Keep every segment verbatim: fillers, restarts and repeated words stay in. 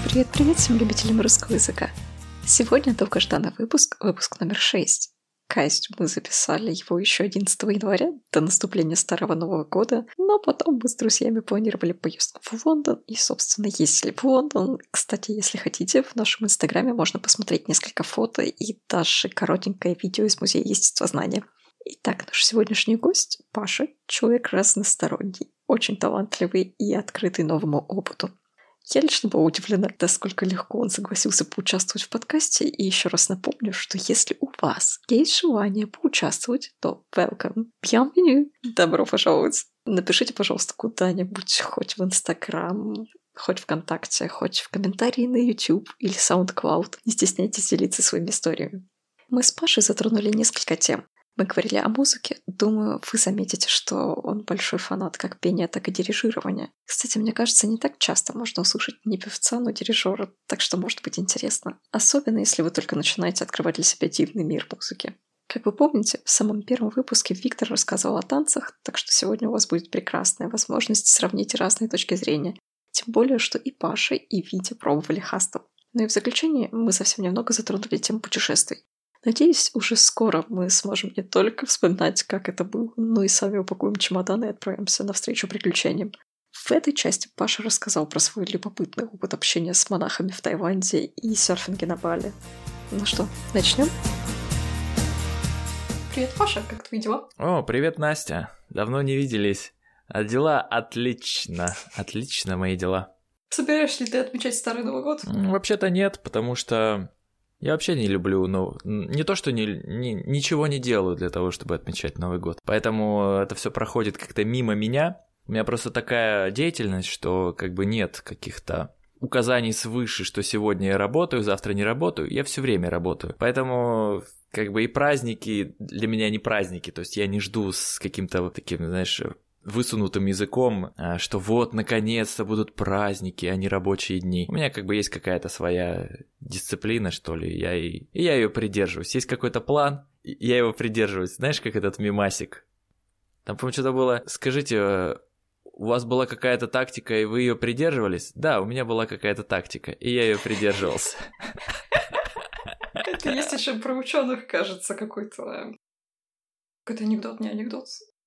Привет-привет всем любителям русского языка. Сегодня долгожданный выпуск, выпуск номер шесть. Каюсь, мы записали его еще одиннадцатого января, до наступления Старого Нового года, но потом мы с друзьями планировали поездку в Лондон, и, собственно, ездили в Лондон. Кстати, если хотите, в нашем инстаграме можно посмотреть несколько фото и даже коротенькое видео из Музея естествознания. Итак, наш сегодняшний гость – Паша, человек разносторонний, очень талантливый и открытый новому опыту. Я лично была удивлена, насколько легко он согласился поучаствовать в подкасте, и еще раз напомню, что если у вас есть желание поучаствовать, то welcome, bienvenue, добро пожаловать. Напишите, пожалуйста, куда-нибудь, хоть в Инстаграм, хоть ВКонтакте, хоть в комментарии на YouTube или SoundCloud. Не стесняйтесь делиться своими историями. Мы с Пашей затронули несколько тем. Мы говорили о музыке. Думаю, вы заметите, что он большой фанат как пения, так и дирижирования. Кстати, мне кажется, не так часто можно услышать не певца, но дирижера, так что может быть интересно. Особенно, если вы только начинаете открывать для себя дивный мир музыки. Как вы помните, в самом первом выпуске Виктор рассказывал о танцах, так что сегодня у вас будет прекрасная возможность сравнить разные точки зрения. Тем более, что и Паша, и Витя пробовали хастл. Ну и в заключение мы совсем немного затронули тему путешествий. Надеюсь, уже скоро мы сможем не только вспоминать, как это было, но и сами упакуем чемоданы и отправимся навстречу приключениям. В этой части Паша рассказал про свой любопытный опыт общения с монахами в Таиланде и серфинге на Бали. Ну что, начнем? Привет, Паша, как твои дела? О, привет, Настя. Давно не виделись. А дела отлично. Отлично мои дела. Собираешься ли ты отмечать Старый Новый год? Вообще-то нет, потому что... Я вообще не люблю, ну, не то, что не, не, ничего не делаю для того, чтобы отмечать Новый год. Поэтому это все проходит как-то мимо меня. У меня просто такая деятельность, что как бы нет каких-то указаний свыше, что сегодня я работаю, завтра не работаю. Я все время работаю. Поэтому как бы и праздники для меня не праздники. То есть я не жду с каким-то вот таким, знаешь... высунутым языком, что вот, наконец-то будут праздники, а не рабочие дни. У меня как бы есть какая-то своя дисциплина, что ли, я и... и я ее придерживаюсь. Есть какой-то план, и я его придерживаюсь. Знаешь, как этот мемасик? Там, по-моему, что-то было... Скажите, у вас была какая-то тактика, и вы ее придерживались? Да, у меня была какая-то тактика, и я ее придерживался. Это есть еще про ученых, кажется, какой-то... Какой-то анекдот, не анекдот.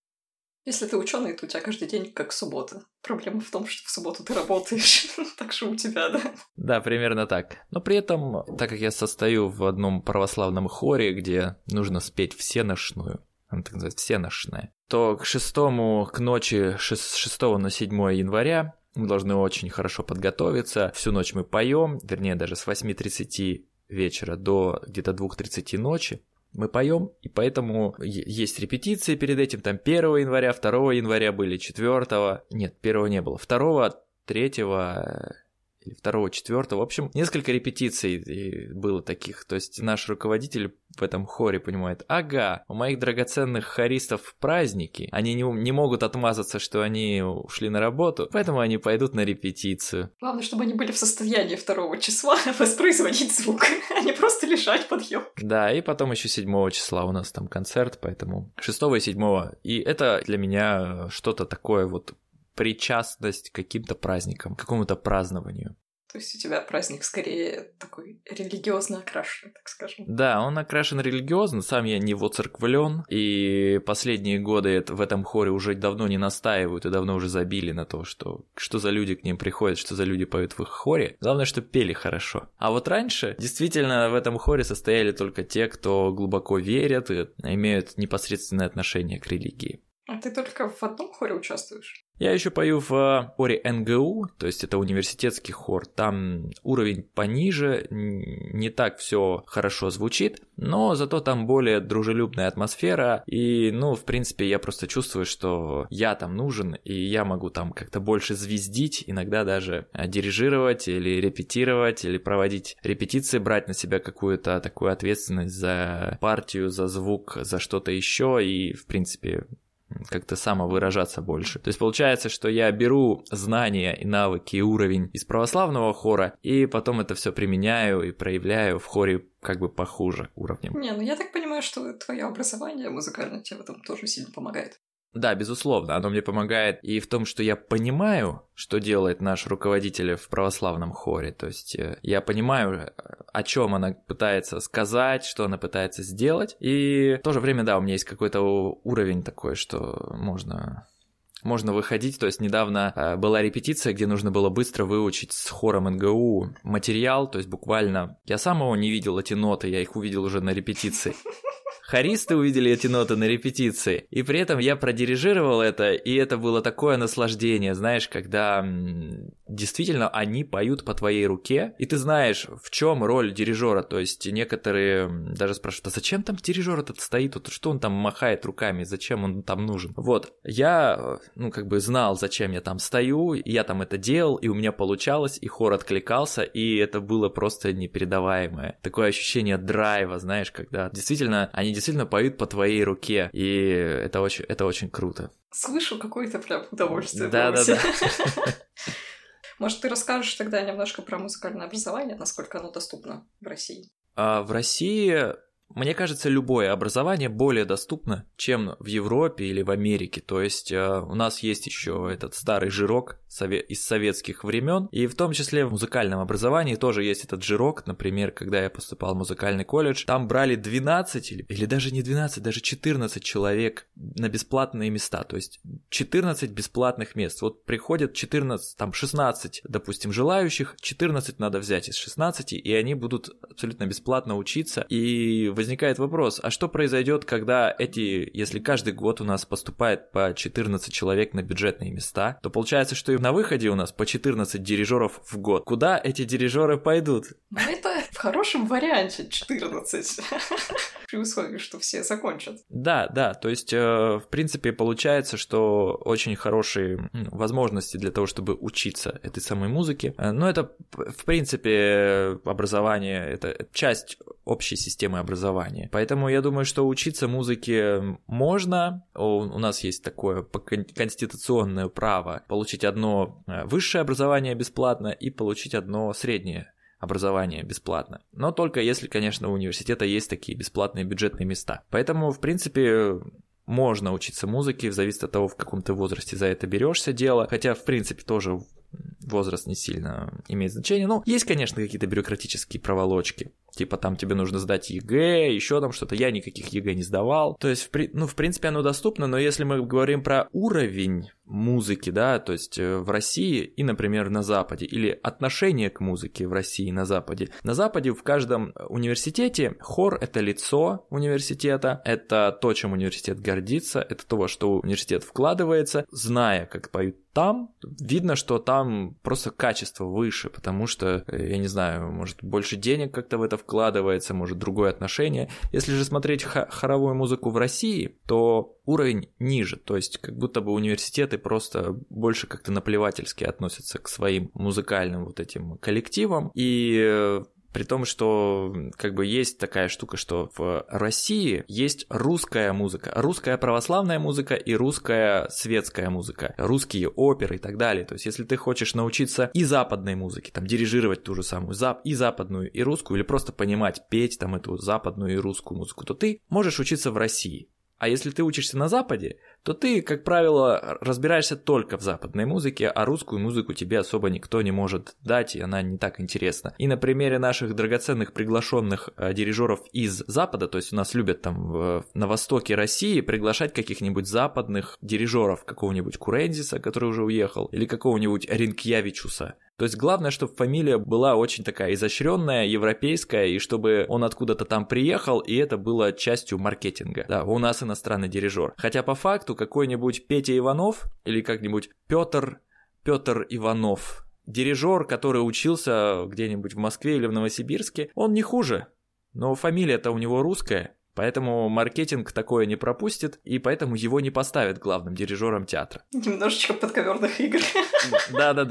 Если ты ученый, то у тебя каждый день как суббота. Проблема в том, что в субботу ты работаешь, так что у тебя, да? Да, примерно так. Но при этом, так как я состою в одном православном хоре, где нужно спеть всеношную, она так называется, всеношная, то к шестому, к ночи с шестого на седьмое января мы должны очень хорошо подготовиться. Всю ночь мы поем, вернее, даже с восьми тридцати вечера до где-то двух тридцати ночи. Мы поем, и поэтому есть репетиции перед этим, там первого января, второго января были, четвёртого, нет, первого не было, второго, третьего или второго, четвёртого, в общем, несколько репетиций было таких, то есть наш руководитель в этом хоре понимает, ага, у моих драгоценных хористов праздники, они не, не могут отмазаться, что они ушли на работу, поэтому они пойдут на репетицию. Главное, чтобы они были в состоянии второго числа воспроизводить звук, а не просто лежать под елкой. Да, и потом еще седьмого числа у нас там концерт, поэтому шестого и седьмого, и это для меня что-то такое вот причастность к каким-то праздникам, к какому-то празднованию. То есть у тебя праздник скорее такой религиозно окрашенный, так скажем. Да, он окрашен религиозно, сам я не воцерквлен, и последние годы в этом хоре уже давно не настаивают и давно уже забили на то, что, что за люди к ним приходят, что за люди поют в их хоре. Главное, что пели хорошо. А вот раньше действительно в этом хоре состояли только те, кто глубоко верят и имеют непосредственное отношение к религии. А ты только в одном хоре участвуешь? Я еще пою в хоре эн гэ у, то есть это университетский хор. Там уровень пониже, не так все хорошо звучит, но зато там более дружелюбная атмосфера. И, ну, в принципе, я просто чувствую, что я там нужен, и я могу там как-то больше звездить, иногда даже дирижировать или репетировать, или проводить репетиции, брать на себя какую-то такую ответственность за партию, за звук, за что-то еще, и, в принципе... как-то самовыражаться больше. То есть получается, что я беру знания и навыки и уровень из православного хора, и потом это все применяю и проявляю в хоре как бы похуже уровнем. Не, ну я так понимаю, что твое образование музыкальное тебе в этом тоже сильно помогает. Да, безусловно, оно мне помогает и в том, что я понимаю, что делает наш руководитель в православном хоре. То есть я понимаю, о чем она пытается сказать, что она пытается сделать. И в то же время, да, у меня есть какой-то уровень такой, что можно... Можно выходить, то есть недавно э, была репетиция, где нужно было быстро выучить с хором эн гэ у материал, то есть буквально я сам его не видел, эти ноты, я их увидел уже на репетиции. Хористы увидели эти ноты на репетиции, и при этом я продирижировал это, и это было такое наслаждение, знаешь, когда м, действительно они поют по твоей руке, и ты знаешь, в чем роль дирижера, то есть некоторые даже спрашивают, а зачем там дирижер этот стоит, вот что он там махает руками, зачем он там нужен? Вот, я, ну, как бы знал, зачем я там стою, я там это делал, и у меня получалось, и хор откликался, и это было просто непередаваемое. Такое ощущение драйва, знаешь, когда действительно они действительно поют по твоей руке, и это очень, это очень круто. Слышу какое-то прям удовольствие. Да-да-да. Может, ты расскажешь тогда немножко про музыкальное образование, насколько оно доступно в России? А в России... Мне кажется, любое образование более доступно, чем в Европе или в Америке. То есть э, у нас есть еще этот старый жирок сове- из советских времен, и в том числе в музыкальном образовании тоже есть этот жирок. Например, когда я поступал в музыкальный колледж, там брали двенадцать или, или даже не двенадцать, даже четырнадцать человек на бесплатные места. То есть четырнадцать бесплатных мест. Вот приходят четырнадцать, там шестнадцать, допустим, желающих, четырнадцать надо взять из шестнадцати, и они будут абсолютно бесплатно учиться. И возникает вопрос, а что произойдет, когда эти, если каждый год у нас поступает по четырнадцать человек на бюджетные места, то получается, что и на выходе у нас по четырнадцать дирижеров в год. Куда эти дирижеры пойдут? Ну, это в хорошем варианте четырнадцать. При условии, что все закончат. Да, да, то есть, э, в принципе, получается, что очень хорошие возможности для того, чтобы учиться этой самой музыке. Но это, в принципе, образование, это часть общей системы образования. Поэтому я думаю, что учиться музыке можно. У нас есть такое конституционное право получить одно высшее образование бесплатно и получить одно среднее образование бесплатно. Но только если, конечно, у университета есть такие бесплатные бюджетные места. Поэтому, в принципе, можно учиться музыке, зависит от того, в каком ты возрасте за это берешься дело. Хотя, в принципе, тоже возраст не сильно имеет значение. Ну, есть, конечно, какие-то бюрократические проволочки. Типа там тебе нужно сдать ЕГЭ, еще там что-то. Я никаких ЕГЭ не сдавал. То есть, ну, в принципе, оно доступно, но если мы говорим про уровень музыки, да, то есть в России и, например, на Западе, или отношение к музыке в России и на Западе. На Западе в каждом университете хор — это лицо университета, это то, чем университет гордится, это то, во что университет вкладывается, зная, как поют там, видно, что там просто качество выше, потому что, я не знаю, может, больше денег как-то в это вкладывается, может, другое отношение. Если же смотреть хоровую музыку в России, то уровень ниже, то есть как будто бы университеты просто больше как-то наплевательски относятся к своим музыкальным вот этим коллективам, и при том, что как бы есть такая штука, что в России есть русская музыка, русская православная музыка и русская светская музыка, русские оперы и так далее. То есть если ты хочешь научиться и западной музыке, там дирижировать ту же самую зап и западную, и русскую, или просто понимать, петь там эту западную и русскую музыку, то ты можешь учиться в России. А если ты учишься на Западе, то ты, как правило, разбираешься только в западной музыке, а русскую музыку тебе особо никто не может дать, и она не так интересна. И на примере наших драгоценных приглашенных дирижеров из Запада, то есть у нас любят там в, на востоке России приглашать каких-нибудь западных дирижеров, какого-нибудь Курензиса, который уже уехал, или какого-нибудь Ринкьявичуса. То есть главное, чтобы фамилия была очень такая изощренная, европейская, и чтобы он откуда-то там приехал, и это было частью маркетинга. Да, у нас иностранный дирижер. Хотя по факту какой-нибудь Петя Иванов или как-нибудь Петр, Петр Иванов, дирижер, который учился где-нибудь в Москве или в Новосибирске, он не хуже, но фамилия-то у него русская. Поэтому маркетинг такое не пропустит, и поэтому его не поставят главным дирижером театра. Немножечко подковерных игр. Да-да-да.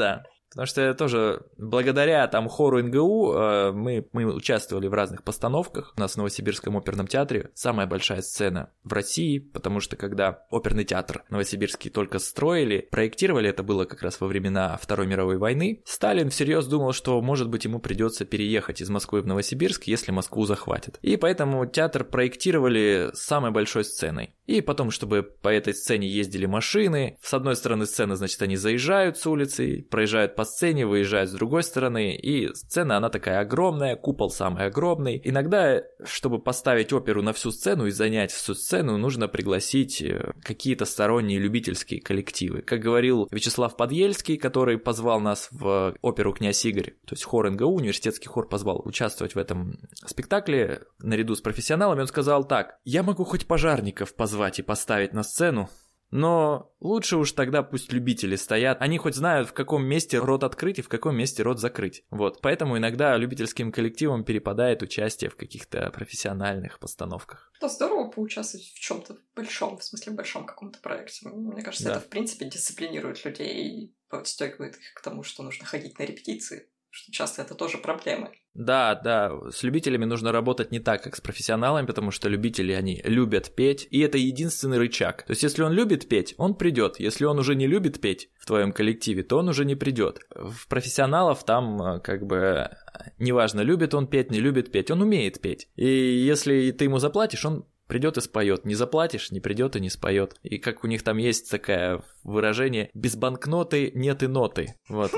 Потому что тоже благодаря там хору эн гэ у э, мы, мы участвовали в разных постановках. У нас в Новосибирском оперном театре самая большая сцена в России, потому что когда оперный театр новосибирский только строили, проектировали, это было как раз во времена Второй мировой войны, Сталин всерьез думал, что, может быть, ему придется переехать из Москвы в Новосибирск, если Москву захватят. И поэтому театр проектировали с самой большой сценой. И потом, чтобы по этой сцене ездили машины, с одной стороны сцены, значит, они заезжают с улицы, проезжают по сцене, выезжают с другой стороны, и сцена, она такая огромная, купол самый огромный. Иногда, чтобы поставить оперу на всю сцену и занять всю сцену, нужно пригласить какие-то сторонние любительские коллективы. Как говорил Вячеслав Подъельский, который позвал нас в оперу «Князь Игорь», то есть хор эн гэ у, университетский хор, позвал участвовать в этом спектакле наряду с профессионалами, он сказал так: «Я могу хоть пожарников позвать и поставить на сцену, но лучше уж тогда пусть любители стоят, они хоть знают, в каком месте рот открыть и в каком месте рот закрыть». Вот, поэтому иногда любительским коллективам перепадает участие в каких-то профессиональных постановках. Это здорово поучаствовать в чем-то большом, в смысле в большом каком-то проекте. Мне кажется, да. Это в принципе дисциплинирует людей и подстегивает их к тому, что нужно ходить на репетиции. Что часто это тоже проблемы. Да, да, с любителями нужно работать не так, как с профессионалами, потому что любители, они любят петь, и это единственный рычаг. То есть, если он любит петь, он придет. Если он уже не любит петь в твоем коллективе, то он уже не придет. В профессионалов там как бы неважно, любит он петь, не любит петь, он умеет петь. И если ты ему заплатишь, он придет и споет. Не заплатишь, не придет и не споет. И как у них там есть такое выражение: без банкноты нет и ноты. Вот.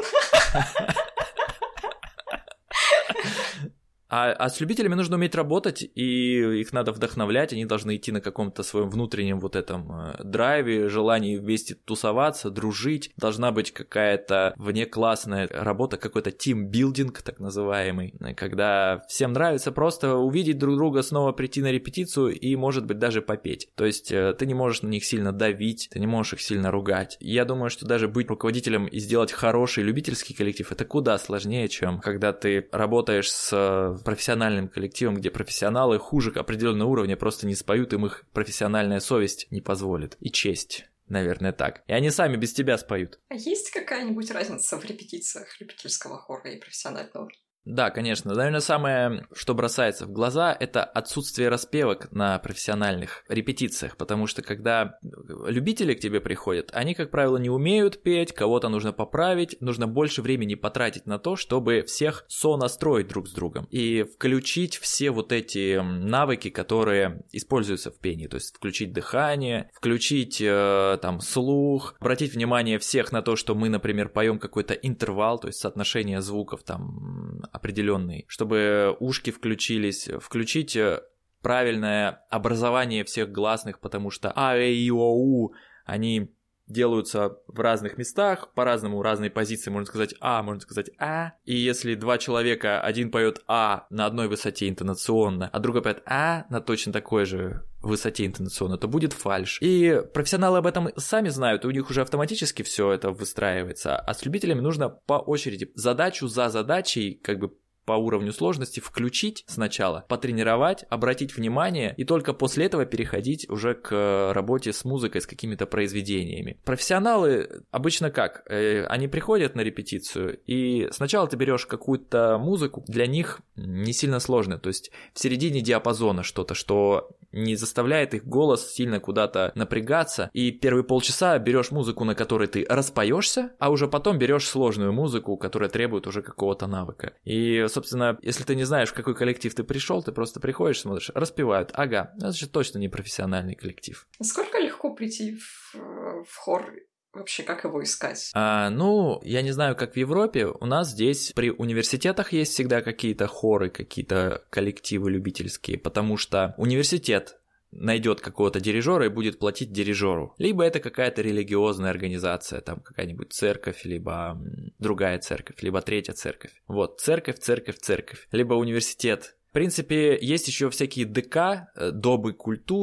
А, а с любителями нужно уметь работать, и их надо вдохновлять, они должны идти на каком-то своем внутреннем вот этом э, драйве, желании вместе тусоваться, дружить. Должна быть какая-то внеклассная работа, какой-то тимбилдинг так называемый, когда всем нравится просто увидеть друг друга, снова прийти на репетицию и, может быть, даже попеть. То есть э, ты не можешь на них сильно давить, ты не можешь их сильно ругать. Я думаю, что даже быть руководителем и сделать хороший любительский коллектив — это куда сложнее, чем когда ты работаешь с профессиональным коллективом, где профессионалы хуже определенного уровня просто не споют, им их профессиональная совесть не позволит. И честь, наверное, так. И они сами без тебя споют. А есть какая-нибудь разница в репетициях любительского хора и профессионального? Да, конечно. Наверное, самое, что бросается в глаза, это отсутствие распевок на профессиональных репетициях, потому что когда любители к тебе приходят, они, как правило, не умеют петь, кого-то нужно поправить, нужно больше времени потратить на то, чтобы всех сонастроить друг с другом и включить все вот эти навыки, которые используются в пении, то есть включить дыхание, включить э, там слух, обратить внимание всех на то, что мы, например, поем какой-то интервал, то есть соотношение звуков там определенный, чтобы ушки включились, включить правильное образование всех гласных, потому что а, э, и, о, у, они делаются в разных местах, по-разному, разные позиции, можно сказать а, можно сказать а, и если два человека, один поет а на одной высоте интонационно, а другой поет а на точно такой же высоте интонационно, то будет фальшь. И профессионалы об этом сами знают, и у них уже автоматически все это выстраивается, а с любителями нужно по очереди, задачу за задачей, как бы по уровню сложности включить сначала, потренировать, обратить внимание и только после этого переходить уже к работе с музыкой, с какими-то произведениями. Профессионалы обычно как? Они приходят на репетицию, и сначала ты берешь какую-то музыку, для них не сильно сложно, то есть в середине диапазона что-то, что не заставляет их голос сильно куда-то напрягаться, и первые полчаса берешь музыку, на которой ты распоешься, а уже потом берешь сложную музыку, которая требует уже какого-то навыка. И собственно, если ты не знаешь, в какой коллектив ты пришел, ты просто приходишь, смотришь, распевают, ага, это же точно не профессиональный коллектив. Насколько легко прийти в, в хор? Вообще, как его искать? А, ну, я не знаю, как в Европе, у нас здесь при университетах есть всегда какие-то хоры, какие-то коллективы любительские, потому что университет найдет какого-то дирижера и будет платить дирижеру. Либо это какая-то религиозная организация, там какая-нибудь церковь, либо другая церковь, либо третья церковь. Вот, церковь, церковь, церковь. Либо университет. В принципе, есть еще всякие ДК, добы культуры,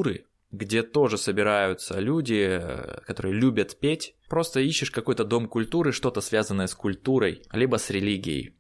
где тоже собираются люди, которые любят петь. Просто ищешь какой-то дом культуры, что-то связанное с культурой, либо с религией.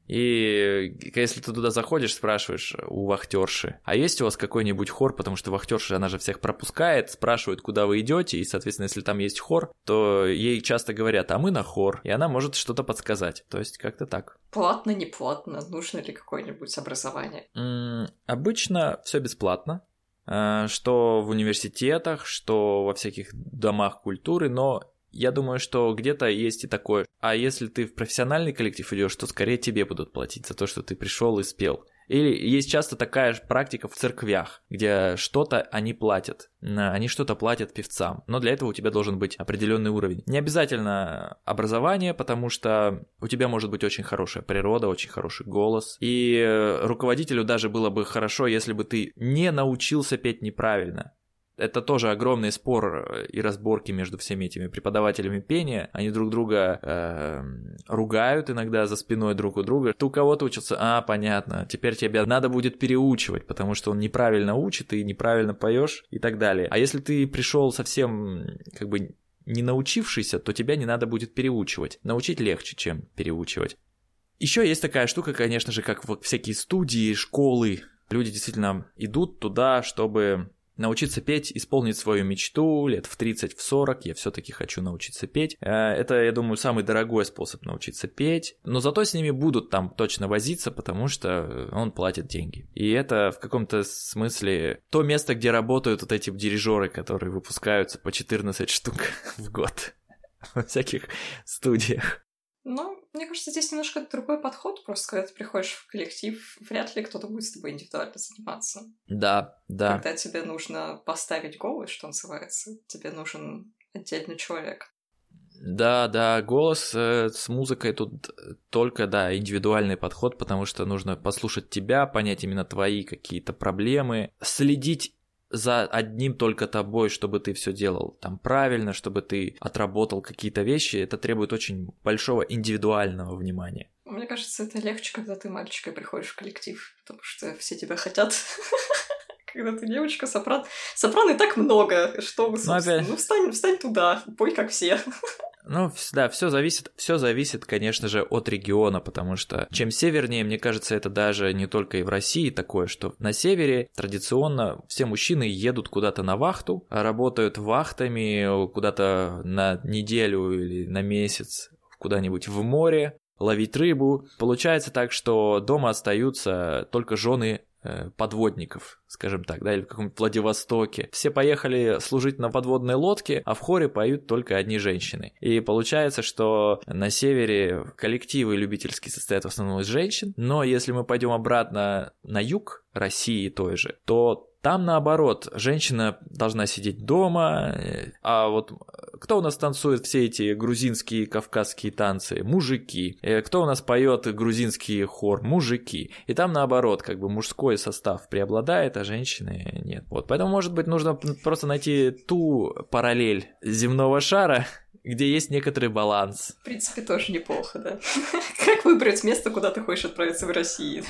И если ты туда заходишь, спрашиваешь у вахтерши, а есть у вас какой-нибудь хор, потому что вахтерша, она же всех пропускает, спрашивают, куда вы идете, и, соответственно, если там есть хор, то ей часто говорят, а мы на хор, и она может что-то подсказать. То есть как-то так. Платно, не платно? Нужно ли какое-нибудь образование? М-м, обычно все бесплатно. Что в университетах, что во всяких домах культуры, но я думаю, что где-то есть и такое. А если ты в профессиональный коллектив идешь, то скорее тебе будут платить за то, что ты пришел и спел. Или есть часто такая же практика в церквях, где что-то они платят. Они что-то платят певцам. Но для этого у тебя должен быть определенный уровень. Не обязательно образование, потому что у тебя может быть очень хорошая природа, очень хороший голос. И руководителю даже было бы хорошо, если бы ты не научился петь неправильно. Это тоже огромный спор и разборки между всеми этими преподавателями пения. Они друг друга э, ругают иногда за спиной друг у друга. Ты у кого-то учился, а, понятно, теперь тебя надо будет переучивать, потому что он неправильно учит, ты неправильно поешь и так далее. А если ты пришел совсем как бы не научившийся, то тебя не надо будет переучивать. Научить легче, чем переучивать. Еще есть такая штука, конечно же, как вот всякие студии, школы. Люди действительно идут туда, чтобы научиться петь, исполнить свою мечту лет в тридцать, в сорок, я все-таки хочу научиться петь. Это, я думаю, самый дорогой способ научиться петь, но зато с ними будут там точно возиться, потому что он платит деньги. И это в каком-то смысле то место, где работают вот эти дирижеры, которые выпускаются по четырнадцать штук в год во всяких студиях. Ну, мне кажется, здесь немножко другой подход. Просто когда ты приходишь в коллектив, вряд ли кто-то будет с тобой индивидуально заниматься. Да, да. Когда тебе нужно поставить голос, что называется, тебе нужен отдельный человек. Да, да, голос э, с музыкой тут только, да, индивидуальный подход, потому что нужно послушать тебя, понять именно твои какие-то проблемы, следить за одним только тобой, чтобы ты все делал там правильно, чтобы ты отработал какие-то вещи, это требует очень большого индивидуального внимания. Мне кажется, это легче, когда ты мальчикой приходишь в коллектив, потому что все тебя хотят. Когда ты девочка, сопран... Сопран и так много, что вы, собственно, ну встань, встань туда, пой как все. Ну, да, все зависит, все зависит, конечно же, от региона, потому что чем севернее, мне кажется, это даже не только и в России такое, что на севере традиционно все мужчины едут куда-то на вахту, работают вахтами куда-то на неделю или на месяц куда-нибудь в море, ловить рыбу. Получается так, что дома остаются только жены подводников, скажем так, да, или в каком-нибудь Владивостоке. Все поехали служить на подводной лодке, а в хоре поют только одни женщины. И получается, что на севере коллективы любительские состоят в основном из женщин, но если мы пойдем обратно на юг России той же, то там, наоборот, женщина должна сидеть дома, а вот кто у нас танцует все эти грузинские, кавказские танцы? Мужики. Кто у нас поет грузинский хор? Мужики. И там, наоборот, как бы мужской состав преобладает, а женщины нет. Вот, поэтому, может быть, нужно просто найти ту параллель земного шара, где есть некоторый баланс. В принципе, тоже неплохо, да. Как выбрать место, куда ты хочешь отправиться в России?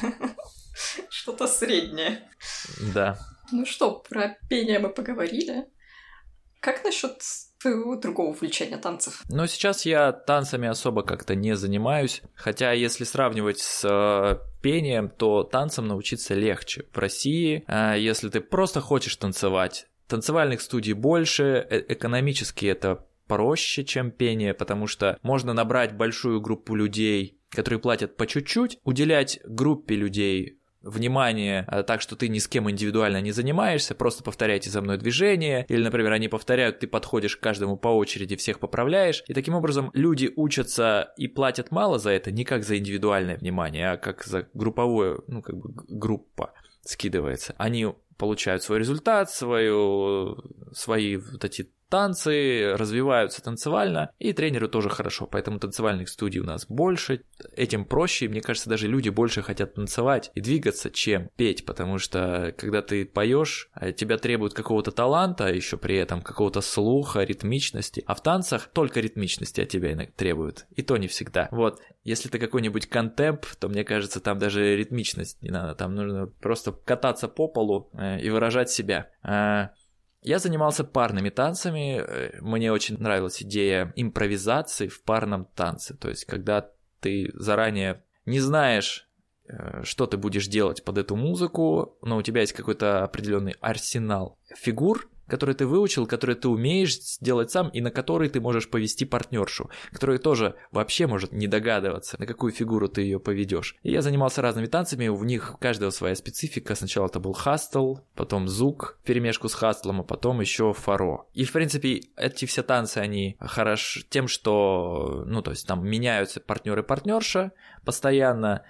Что-то среднее. Да. Ну что, про пение мы поговорили. Как насчет твоего другого увлечения танцев? Ну, сейчас я танцами особо как-то не занимаюсь. Хотя, если сравнивать с э, пением, то танцам научиться легче. В России, э, если ты просто хочешь танцевать, танцевальных студий больше, э- экономически это проще, чем пение, потому что можно набрать большую группу людей, которые платят по чуть-чуть, уделять группе людей внимание, так что ты ни с кем индивидуально не занимаешься, просто повторяйте за мной движение, или, например, они повторяют, ты подходишь к каждому по очереди, всех поправляешь, и таким образом люди учатся и платят мало за это, не как за индивидуальное внимание, а как за групповое, ну, как бы группа скидывается. Они получают свой результат, свою, свои вот эти танцы, развиваются танцевально, и тренеру тоже хорошо, поэтому танцевальных студий у нас больше, этим проще, и мне кажется, даже люди больше хотят танцевать и двигаться, чем петь, потому что когда ты поешь, тебя требуют какого-то таланта, еще при этом какого-то слуха, ритмичности, а в танцах только ритмичности от тебя требуют, и то не всегда. Вот, если ты какой-нибудь контемп, то мне кажется, там даже ритмичность не надо, там нужно просто кататься по полу и выражать себя. Я занимался парными танцами, мне очень нравилась идея импровизации в парном танце, то есть когда ты заранее не знаешь, что ты будешь делать под эту музыку, но у тебя есть какой-то определенный арсенал фигур, который ты выучил, который ты умеешь сделать сам и на который ты можешь повести партнершу, которая тоже вообще может не догадываться, на какую фигуру ты ее поведешь. И я занимался разными танцами, у них у каждого своя специфика. Сначала это был хастл, потом зук вперемешку с хастлом, а потом еще фаро. И в принципе эти все танцы, они хороши тем, что, ну то есть там меняются партнер и партнерша постоянно.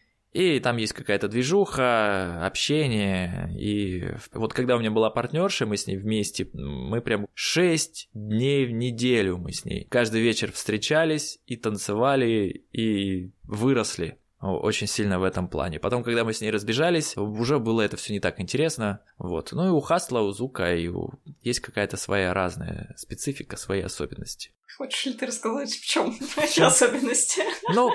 И там есть какая-то движуха, общение, и вот когда у меня была партнерша, мы с ней вместе, мы прям шесть дней в неделю мы с ней каждый вечер встречались и танцевали, и выросли очень сильно в этом плане. Потом, когда мы с ней разбежались, уже было это все не так интересно, вот. Ну и у хастла, у зука и у... есть какая-то своя разная специфика, свои особенности. Хочешь ли ты рассказать, в чем эти особенности? Ну,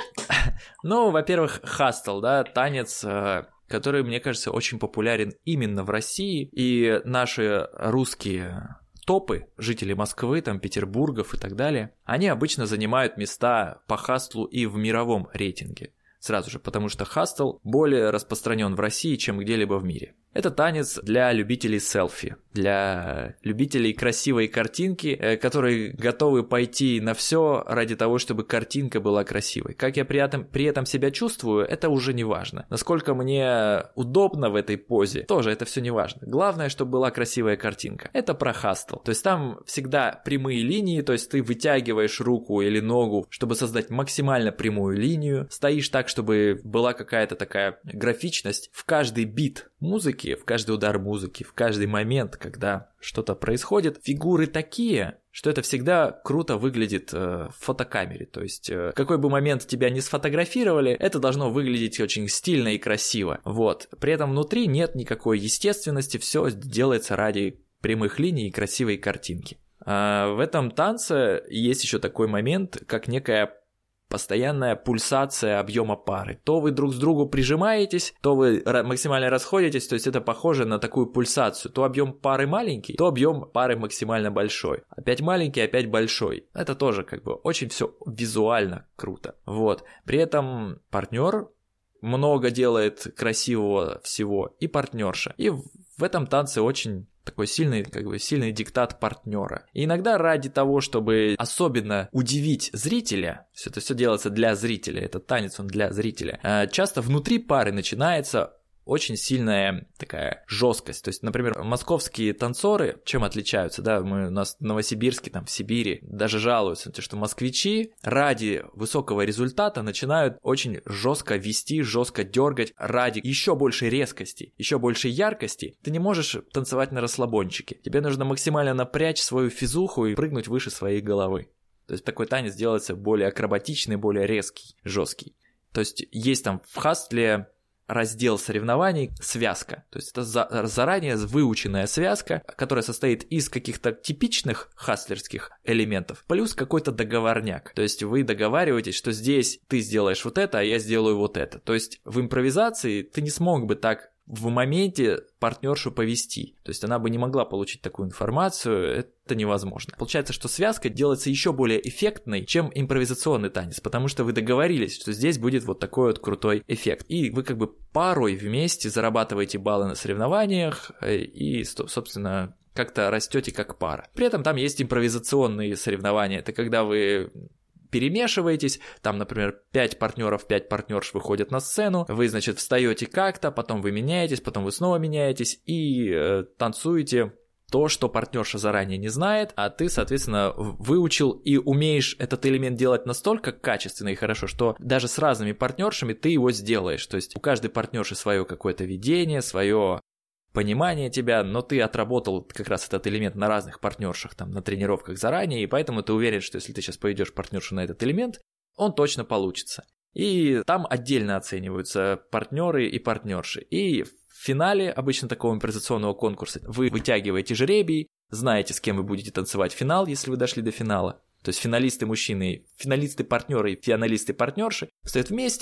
ну, во-первых, хастл, да, танец, который, мне кажется, очень популярен именно в России, и наши русские топы, жители Москвы, там, Петербургов и так далее, они обычно занимают места по хастлу и в мировом рейтинге. Сразу же, потому что хастл более распространен в России, чем где-либо в мире. Это танец для любителей селфи, для любителей красивой картинки, которые готовы пойти на все ради того, чтобы картинка была красивой. Как я при этом, при этом себя чувствую, это уже не важно. Насколько мне удобно в этой позе, тоже это все не важно. Главное, чтобы была красивая картинка. Это про хастл. То есть там всегда прямые линии, то есть ты вытягиваешь руку или ногу, чтобы создать максимально прямую линию, стоишь так, чтобы была какая-то такая графичность в каждый бит музыки, в каждый удар музыки, в каждый момент, когда что-то происходит, фигуры такие, что это всегда круто выглядит э, в фотокамере. То есть, э, какой бы момент тебя не сфотографировали, это должно выглядеть очень стильно и красиво. Вот. При этом внутри нет никакой естественности, все делается ради прямых линий и красивой картинки. А в этом танце есть еще такой момент, как некая постоянная пульсация объема пары. То вы друг с другу прижимаетесь, то вы максимально расходитесь, то есть это похоже на такую пульсацию. То объем пары маленький, то объем пары максимально большой. Опять маленький, опять большой. Это тоже как бы очень все визуально круто. Вот. При этом партнер много делает красивого всего, и партнерша. И в этом танце очень такой сильный, как бы, сильный диктат партнера. И иногда ради того, чтобы особенно удивить зрителя, все это все делается для зрителя, этот танец он для зрителя, часто внутри пары начинается очень сильная такая жесткость. То есть, например, московские танцоры чем отличаются, да, мы у нас в Новосибирске, там в Сибири даже жалуются, что москвичи ради высокого результата начинают очень жестко вести, жестко дергать ради еще большей резкости, еще большей яркости. Ты не можешь танцевать на расслабончике. Тебе нужно максимально напрячь свою физуху и прыгнуть выше своей головы. То есть такой танец делается более акробатичный, более резкий, жесткий. То есть есть там в хастле раздел соревнований связка, то есть это за, заранее выученная связка, которая состоит из каких-то типичных хастлерских элементов, плюс какой-то договорняк, то есть вы договариваетесь, что здесь ты сделаешь вот это, а я сделаю вот это, то есть в импровизации ты не смог бы так в моменте партнершу повести, то есть она бы не могла получить такую информацию, это невозможно. Получается, что связка делается еще более эффектной, чем импровизационный танец, потому что вы договорились, что здесь будет вот такой вот крутой эффект, и вы как бы парой вместе зарабатываете баллы на соревнованиях и, собственно, как-то растете как пара. При этом там есть импровизационные соревнования, это когда вы перемешиваетесь, там, например, пять партнеров, пять партнерш выходят на сцену, вы, значит, встаете как-то, потом вы меняетесь, потом вы снова меняетесь и э, танцуете то, что партнерша заранее не знает, а ты, соответственно, выучил и умеешь этот элемент делать настолько качественно и хорошо, что даже с разными партнершами ты его сделаешь, то есть у каждой партнерши свое какое-то видение, свое понимание тебя, но ты отработал как раз этот элемент на разных партнершах, там, на тренировках заранее, и поэтому ты уверен, что если ты сейчас поведешь партнершу на этот элемент, он точно получится. И там отдельно оцениваются партнеры и партнерши. И в финале обычно такого импровизационного конкурса вы вытягиваете жребий, знаете, с кем вы будете танцевать финал, если вы дошли до финала. То есть финалисты мужчины, финалисты партнеры и финалисты партнерши стоят вместе,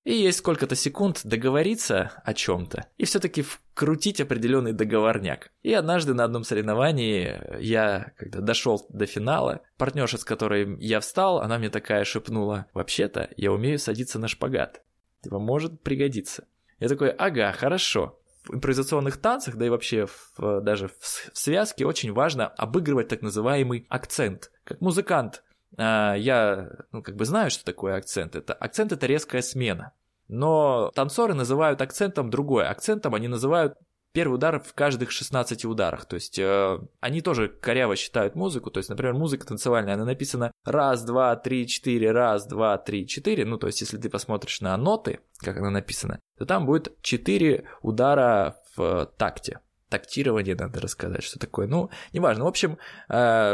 И есть сколько-то секунд договориться о чем-то и все-таки вкрутить определенный договорняк. И однажды на одном соревновании я, когда дошел до финала, партнерша, с которой я встал, она мне такая шепнула: «Вообще-то я умею садиться на шпагат. Типа, может пригодиться». Я такой: «Ага, хорошо». В импровизационных танцах, да и вообще в, даже в связке очень важно обыгрывать так называемый акцент. Как музыкант я, ну, как бы знаю, что такое акцент. Это, акцент — это резкая смена. Но танцоры называют акцентом другое. Акцентом они называют первый удар в каждых шестнадцати ударах. То есть э, они тоже коряво считают музыку. То есть, например, музыка танцевальная, она написана раз, два, три, четыре, раз, два, три, четыре. Ну, то есть, если ты посмотришь на ноты, как она написана, то там будет четыре удара в такте. Тактирование надо рассказать, что такое. Ну, неважно. В общем, э,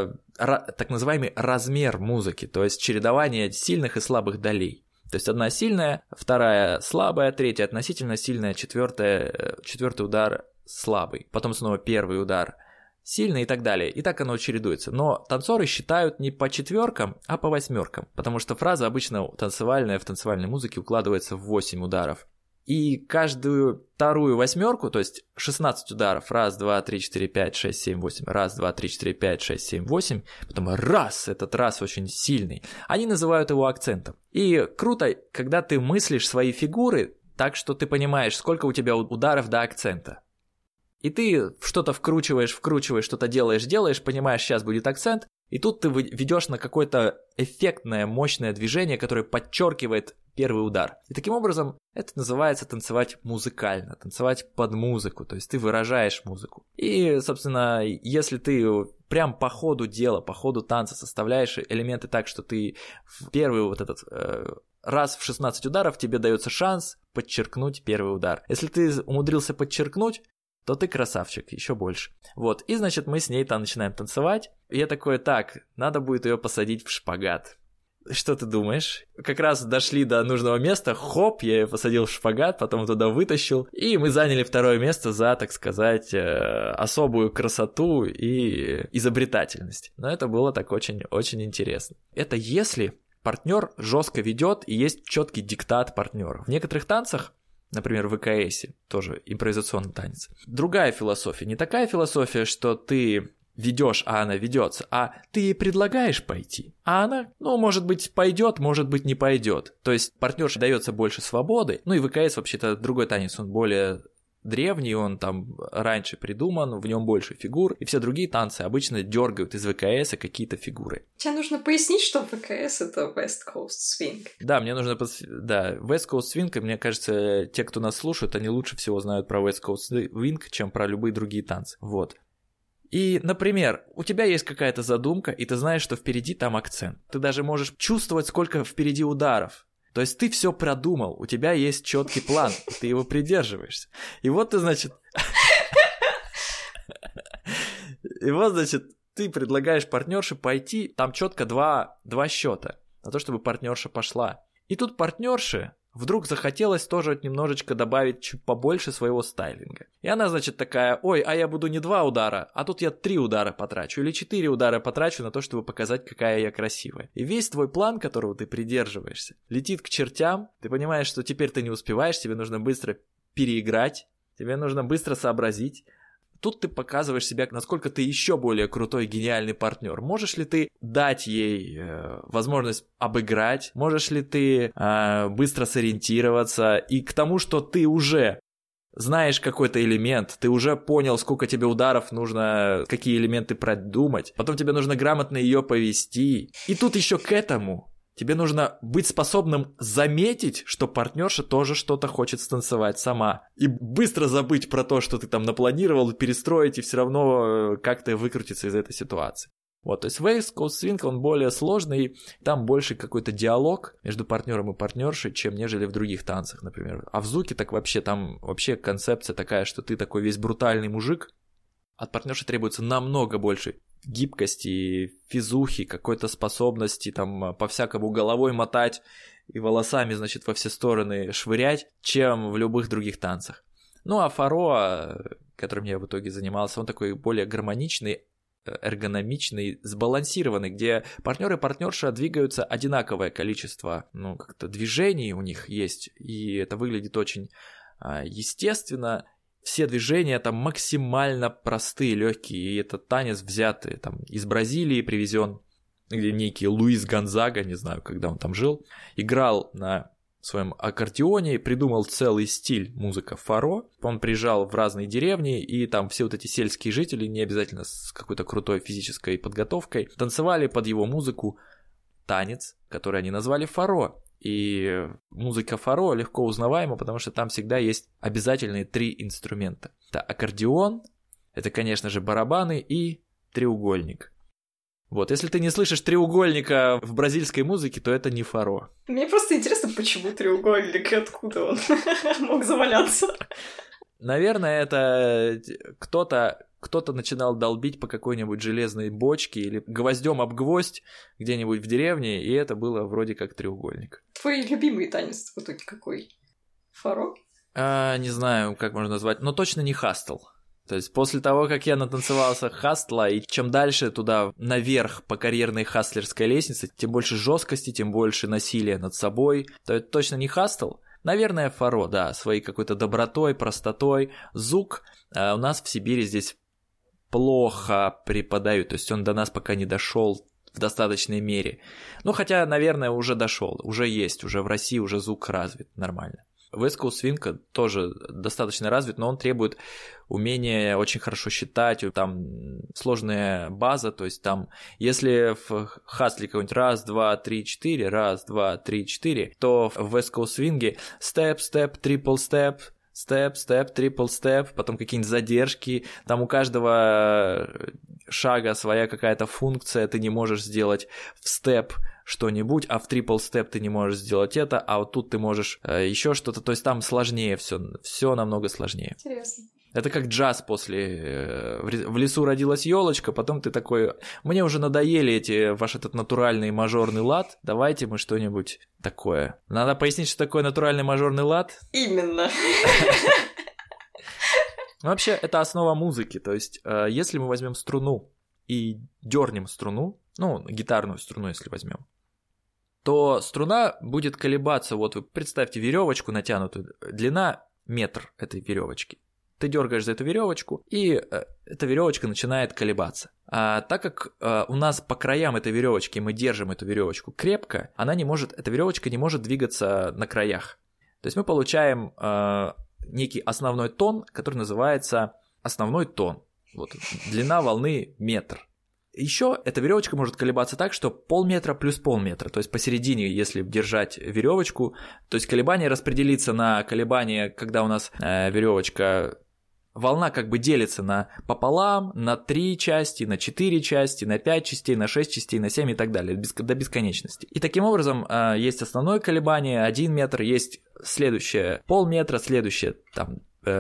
ра- так называемый размер музыки, то есть чередование сильных и слабых долей. То есть одна сильная, вторая слабая, третья относительно сильная, четвертая, четвертый удар слабый, потом снова первый удар сильный и так далее. И так оно чередуется. Но танцоры считают не по четверкам, а по восьмеркам, потому что фраза обычно танцевальная в танцевальной музыке укладывается в восемь ударов. И каждую вторую восьмерку, то есть шестнадцать ударов, раз, два, три, четыре, пять, шесть, семь, восемь, раз, два, три, четыре, пять, шесть, семь, восемь, потом раз, этот раз очень сильный, они называют его акцентом. И круто, когда ты мыслишь свои фигуры так, что ты понимаешь, сколько у тебя ударов до акцента. И ты что-то вкручиваешь, вкручиваешь, что-то делаешь, делаешь, понимаешь, сейчас будет акцент, и тут ты ведешь на какое-то эффектное, мощное движение, которое подчеркивает первый удар. И таким образом это называется танцевать музыкально, танцевать под музыку, то есть ты выражаешь музыку. И, собственно, если ты прям по ходу дела, по ходу танца составляешь элементы так, что ты в первый вот этот э, раз в шестнадцать ударов тебе дается шанс подчеркнуть первый удар. Если ты умудрился подчеркнуть, то ты красавчик, еще больше. Вот, и, значит, мы с ней там начинаем танцевать. И я такой: так, надо будет ее посадить в шпагат. Что ты думаешь? Как раз дошли до нужного места, хоп, я ее посадил в шпагат, потом туда вытащил, и мы заняли второе место за, так сказать, особую красоту и изобретательность. Но это было так очень-очень интересно. Это если партнер жестко ведет и есть четкий диктат партнера. В некоторых танцах, например, в ВКСе, тоже импровизационный танец, другая философия. Не такая философия, что ты ведешь, а она ведется, а ты ей предлагаешь пойти, а она, ну, может быть, пойдет, может быть, не пойдет. То есть партнерше дается больше свободы. Ну и ВКС вообще-то другой танец, он более древний, он там раньше придуман, в нем больше фигур, и все другие танцы обычно дергают из ВКС какие-то фигуры. Тебе нужно пояснить, что ВКС — это West Coast Swing. Да, мне нужно... Да, West Coast Swing, мне кажется, те, кто нас слушают, они лучше всего знают про West Coast Swing, чем про любые другие танцы. Вот. И, например, у тебя есть какая-то задумка, и ты знаешь, что впереди там акцент. Ты даже можешь чувствовать, сколько впереди ударов. То есть ты все продумал, у тебя есть четкий план, ты его придерживаешься. И вот ты, значит... И вот, значит, ты предлагаешь партнерше пойти, там четко два, два счета на то, чтобы партнерша пошла. И тут партнерше вдруг захотелось тоже немножечко добавить чуть побольше своего стайлинга. И она, значит, такая: ой, а я буду не два удара, а тут я три удара потрачу, или четыре удара потрачу на то, чтобы показать, какая я красивая. И весь твой план, которого ты придерживаешься, летит к чертям. Ты понимаешь, что теперь ты не успеваешь, тебе нужно быстро переиграть, тебе нужно быстро сообразить. Тут ты показываешь себя, насколько ты еще более крутой, гениальный партнер. Можешь ли ты дать ей э, возможность обыграть? Можешь ли ты э, быстро сориентироваться? И к тому, что ты уже знаешь какой-то элемент, ты уже понял, сколько тебе ударов нужно, какие элементы продумать. Потом тебе нужно грамотно ее повести. И тут еще к этому тебе нужно быть способным заметить, что партнерша тоже что-то хочет станцевать сама. И быстро забыть про то, что ты там напланировал, перестроить, и все равно как-то выкрутиться из этой ситуации. Вот, то есть West Coast Swing, он более сложный, там больше какой-то диалог между партнером и партнершей, чем нежели в других танцах, например. А в зуке так вообще, там вообще концепция такая, что ты такой весь брутальный мужик, от партнерши требуется намного больше гибкости, физухи, какой-то способности там по-всякому головой мотать и волосами, значит, во все стороны швырять, чем в любых других танцах. Ну а фаро, которым я в итоге занимался, он такой более гармоничный, эргономичный, сбалансированный, где партнер и партнерша двигаются одинаковое количество, ну, как-то движений у них есть, и это выглядит очень а, естественно. Все движения там максимально простые, легкие, и это танец взятый там из Бразилии привезен, где некий Луис Гонзага, не знаю, когда он там жил, играл на своем аккордеоне, придумал целый стиль музыка фаро. Он приезжал в разные деревни, и там все вот эти сельские жители, не обязательно с какой-то крутой физической подготовкой, танцевали под его музыку танец, который они назвали фаро. И музыка фаро легко узнаваема, потому что там всегда есть обязательные три инструмента. Это аккордеон, это, конечно же, барабаны и треугольник. Вот, если ты не слышишь треугольника в бразильской музыке, то это не фаро. Мне просто интересно, почему треугольник и откуда он мог заваляться. Наверное, это кто-то, кто-то начинал долбить по какой-нибудь железной бочке или гвоздем об гвоздь где-нибудь в деревне, и это было вроде как треугольник. Твой любимый танец в итоге какой? Фаро? А, не знаю, как можно назвать, но точно не хастл. То есть после того, как я натанцевался хастла, и чем дальше туда наверх по карьерной хастлерской лестнице, тем больше жесткости, тем больше насилия над собой, то это точно не хастл. Наверное, фаро, да, своей какой-то добротой, простотой. Зук э, у нас в Сибири здесь плохо преподают, то есть он до нас пока не дошел в достаточной мере. Ну, хотя, наверное, уже дошел, уже есть, уже в России уже зук развит нормально. West Coast Swing тоже достаточно развит, но он требует умения очень хорошо считать, там сложная база, то есть там, если в хасле какой-нибудь раз, два, три, четыре, раз, два, три, четыре, то в West Coast Swing step, step, triple step, step, step, triple step, потом какие-нибудь задержки, там у каждого шага своя какая-то функция, ты не можешь сделать в степ что-нибудь, а в трипл степ ты не можешь сделать это, а вот тут ты можешь э, еще что-то, то есть там сложнее все, все намного сложнее. Интересно. Это как джаз после э, в лесу родилась елочка, потом ты такой, мне уже надоели эти ваш этот натуральный мажорный лад, давайте мы что-нибудь такое. Надо пояснить, что такое натуральный мажорный лад. Именно. Вообще это основа музыки, то есть э, если мы возьмем струну и дернем струну, ну, гитарную струну, если возьмем, то струна будет колебаться. Вот вы представьте веревочку натянутую, длина метр этой веревочки. Ты дергаешь за эту веревочку, и э, эта веревочка начинает колебаться. А так как э, у нас по краям этой веревочки мы держим эту веревочку крепко, она не может, эта веревочка не может двигаться на краях. То есть мы получаем э, некий основной тон, который называется основной тон. Вот, длина волны метр. Еще эта веревочка может колебаться так, что полметра плюс полметра, то есть посередине, если держать веревочку, то есть колебание распределится на колебание, когда у нас э, веревочка, волна как бы делится на пополам, на три части, на четыре части, на пять частей, на шесть частей, на семь и так далее, без, до бесконечности. И таким образом э, есть основное колебание, один метр, есть следующее полметра, следующее там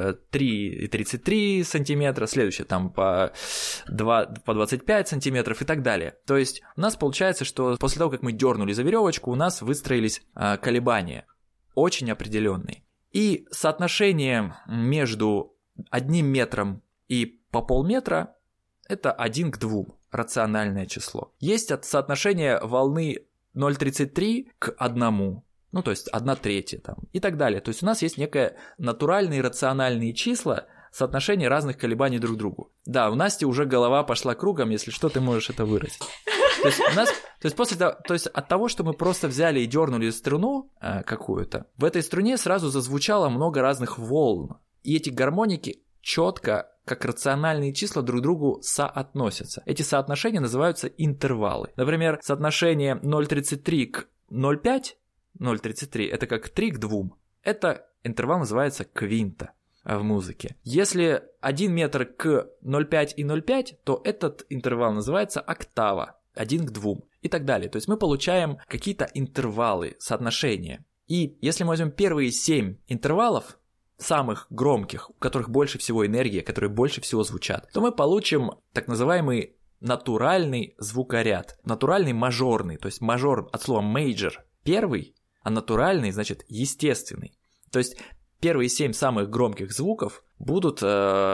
три и тридцать три сантиметра, следующее там по, два, по двадцать пять сантиметров и так далее. То есть у нас получается, что после того, как мы дернули за веревочку, у нас выстроились а, колебания, очень определенные. И соотношение между одним метром и по полметра – это один к двум, рациональное число. Есть соотношение волны ноль целых тридцать три к одному. Ну, то есть одна третья там и так далее. То есть у нас есть некое натуральные рациональные числа, соотношение разных колебаний друг к другу. Да, у Насти уже голова пошла кругом, если что, ты можешь это выразить. То есть, у нас, то есть, после того, то есть от того, что мы просто взяли и дернули струну э, какую-то, в этой струне сразу зазвучало много разных волн. И эти гармоники четко, как рациональные числа, друг к другу соотносятся. Эти соотношения называются интервалы. Например, соотношение ноль целых тридцать три к ноль целых пять, ноль целых тридцать три это как три к двум. Это интервал называется квинта в музыке. Если один метр к ноль целых пять и ноль целых пять, то этот интервал называется октава, один к двум и так далее. То есть мы получаем какие-то интервалы, соотношения. И если мы возьмем первые семь интервалов, самых громких, у которых больше всего энергии, которые больше всего звучат, то мы получим так называемый натуральный звукоряд. Натуральный мажорный, то есть мажор от слова major первый, а натуральный значит естественный. То есть первые семь самых громких звуков будут э,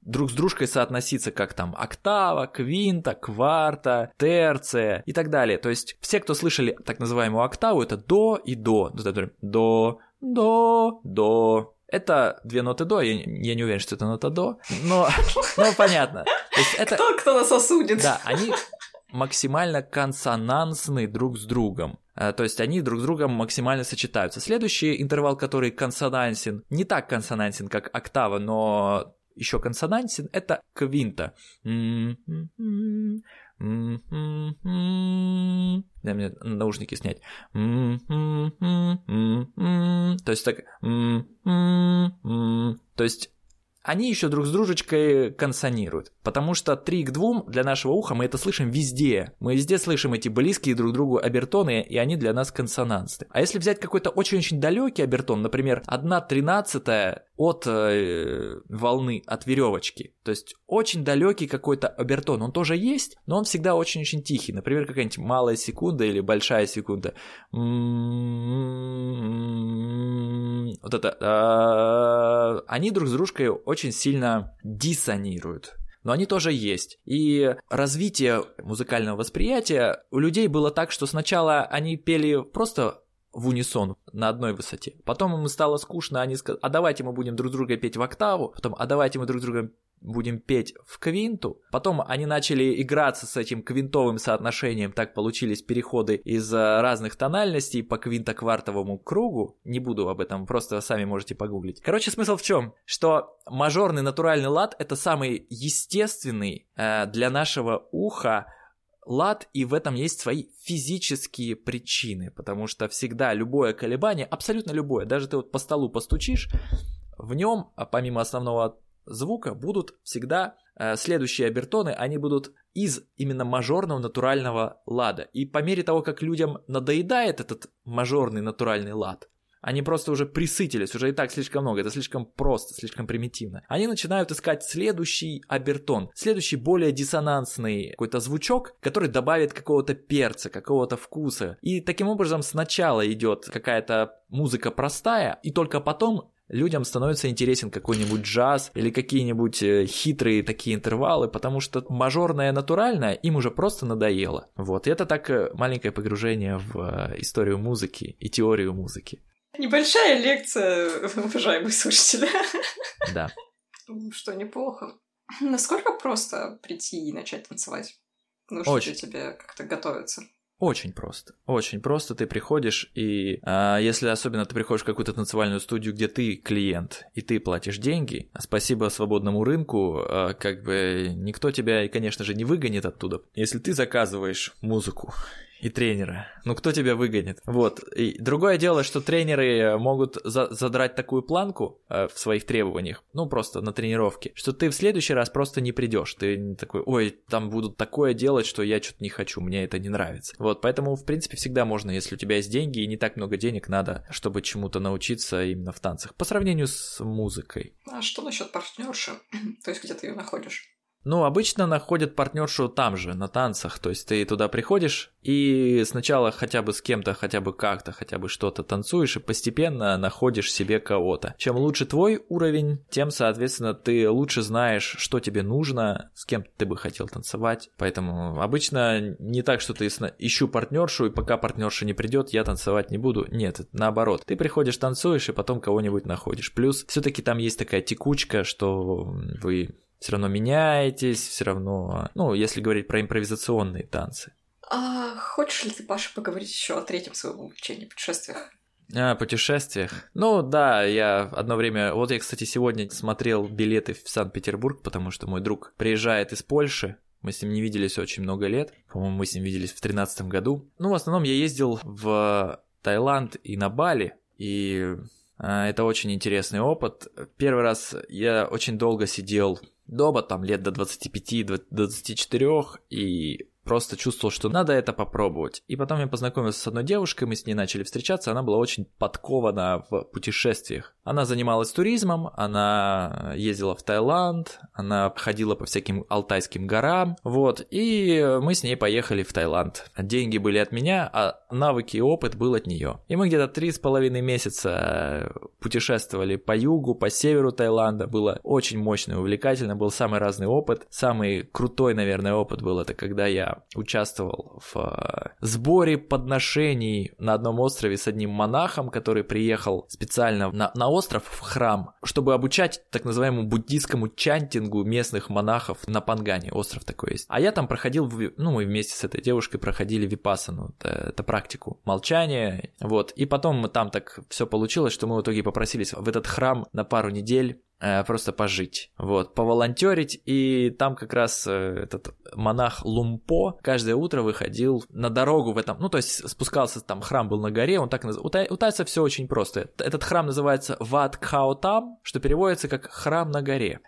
друг с дружкой соотноситься, как там октава, квинта, кварта, терция и так далее. То есть все, кто слышали так называемую октаву, это до и до. До, до, до. Это две ноты до, я, я не уверен, что это нота до, но, но понятно. То есть это, кто, кто нас осудит? Да, они максимально консонансны друг с другом. То есть они друг с другом максимально сочетаются. Следующий интервал, который консонансен, не так консонансен, как октава, но еще консонансен, это квинта. Дай мне наушники снять. То есть так. То есть они еще друг с дружечкой консонируют, потому что три к двум для нашего уха мы это слышим везде. Мы везде слышим эти близкие друг к другу обертоны, и они для нас консонансны. А если взять какой-то очень-очень далекий обертон, например, одна тринадцатая от э, волны, от веревочки, то есть очень далекий какой-то обертон, он тоже есть, но он всегда очень-очень тихий. Например, какая-нибудь малая секунда или большая секунда. Вот это. Они друг с дружкой очень сильно диссонируют. Но они тоже есть. И развитие музыкального восприятия у людей было так, что сначала они пели просто в унисон на одной высоте. Потом им стало скучно, они сказали, а давайте мы будем друг друга петь в октаву. Потом, а давайте мы друг друга будем петь в квинту. Потом они начали играться с этим квинтовым соотношением, так получились переходы из разных тональностей по квинто-квартовому кругу. Не буду об этом, просто сами можете погуглить. Короче, смысл в чем? Что мажорный натуральный лад — это самый естественный э, для нашего уха лад, и в этом есть свои физические причины, потому что всегда любое колебание, абсолютно любое, даже ты вот по столу постучишь, в нем, помимо основного звука, будут всегда э, следующие обертоны, они будут из именно мажорного натурального лада. И по мере того, как людям надоедает этот мажорный натуральный лад, они просто уже присытились, уже и так слишком много, это слишком просто, слишком примитивно. Они начинают искать следующий обертон, следующий более диссонансный какой-то звучок, который добавит какого-то перца, какого-то вкуса. И таким образом сначала идет какая-то музыка простая, и только потом людям становится интересен какой-нибудь джаз или какие-нибудь хитрые такие интервалы, потому что мажорное натуральное им уже просто надоело. Вот, и это так маленькое погружение в историю музыки и теорию музыки. Небольшая лекция, уважаемые слушатели. Да. Что, неплохо. Насколько просто прийти и начать танцевать? Ну, что Очень. тебе как-то готовиться? Очень просто. Очень просто. Ты приходишь, и а, если особенно ты приходишь в какую-то танцевальную студию, где ты клиент, и ты платишь деньги, спасибо свободному рынку, а, как бы никто тебя, конечно же, не выгонит оттуда. Если ты заказываешь музыку и тренера, ну кто тебя выгонит? Вот. И другое дело, что тренеры могут за- задрать такую планку э, в своих требованиях, ну просто на тренировке, что ты в следующий раз просто не придешь. Ты такой, ой, там будут такое делать, что я что-то не хочу, мне это не нравится. Вот, поэтому, в принципе, всегда можно, если у тебя есть деньги, и не так много денег надо, чтобы чему-то научиться именно в танцах, по сравнению с музыкой. А что насчет партнерши? То есть где ты ее находишь? Ну, обычно находят партнершу там же, на танцах, то есть ты туда приходишь и сначала хотя бы с кем-то, хотя бы как-то, хотя бы что-то танцуешь и постепенно находишь себе кого-то. Чем лучше твой уровень, тем, соответственно, ты лучше знаешь, что тебе нужно, с кем ты бы хотел танцевать. Поэтому обычно не так, что ты ищу партнершу, и пока партнерша не придет, я танцевать не буду. Нет, наоборот. Ты приходишь, танцуешь, и потом кого-нибудь находишь. Плюс все-таки там есть такая текучка, что вы все равно меняетесь, все равно, ну, если говорить про импровизационные танцы. А хочешь ли ты, Паша, поговорить еще о третьем своем увлечении, путешествиях? А, путешествиях? Ну, да, я одно время... Вот я, кстати, сегодня смотрел билеты в Санкт-Петербург, потому что мой друг приезжает из Польши. Мы с ним не виделись очень много лет. По-моему, мы с ним виделись в тринадцатом году. Ну, в основном я ездил в Таиланд и на Бали, и а, это очень интересный опыт. Первый раз я очень долго сидел дома, там лет до двадцати пяти - двадцати четырёх, и просто чувствовал, что надо это попробовать. И потом я познакомился с одной девушкой, мы с ней начали встречаться, она была очень подкована в путешествиях. Она занималась туризмом, она ездила в Таиланд, она ходила по всяким алтайским горам, вот, и мы с ней поехали в Таиланд. Деньги были от меня, а навыки и опыт был от нее. И мы где-то три с половиной месяца путешествовали по югу, по северу Таиланда, было очень мощно и увлекательно, был самый разный опыт. Самый крутой, наверное, опыт был это, когда я участвовал в сборе подношений на одном острове с одним монахом, который приехал специально на, на остров, в храм, чтобы обучать так называемому буддийскому чантингу местных монахов на Пангане, остров такой есть. А я там проходил, ну, мы вместе с этой девушкой проходили випассану, это, это практику молчания, вот, и потом мы там так все получилось, что мы в итоге попросились в этот храм на пару недель просто пожить, вот, поволонтерить, и там как раз этот монах Лумпо каждое утро выходил на дорогу в этом, ну, то есть спускался, там храм был на горе, он так называется, у тайцев все очень просто, этот храм называется Wat Khao Tam, что переводится как храм на горе.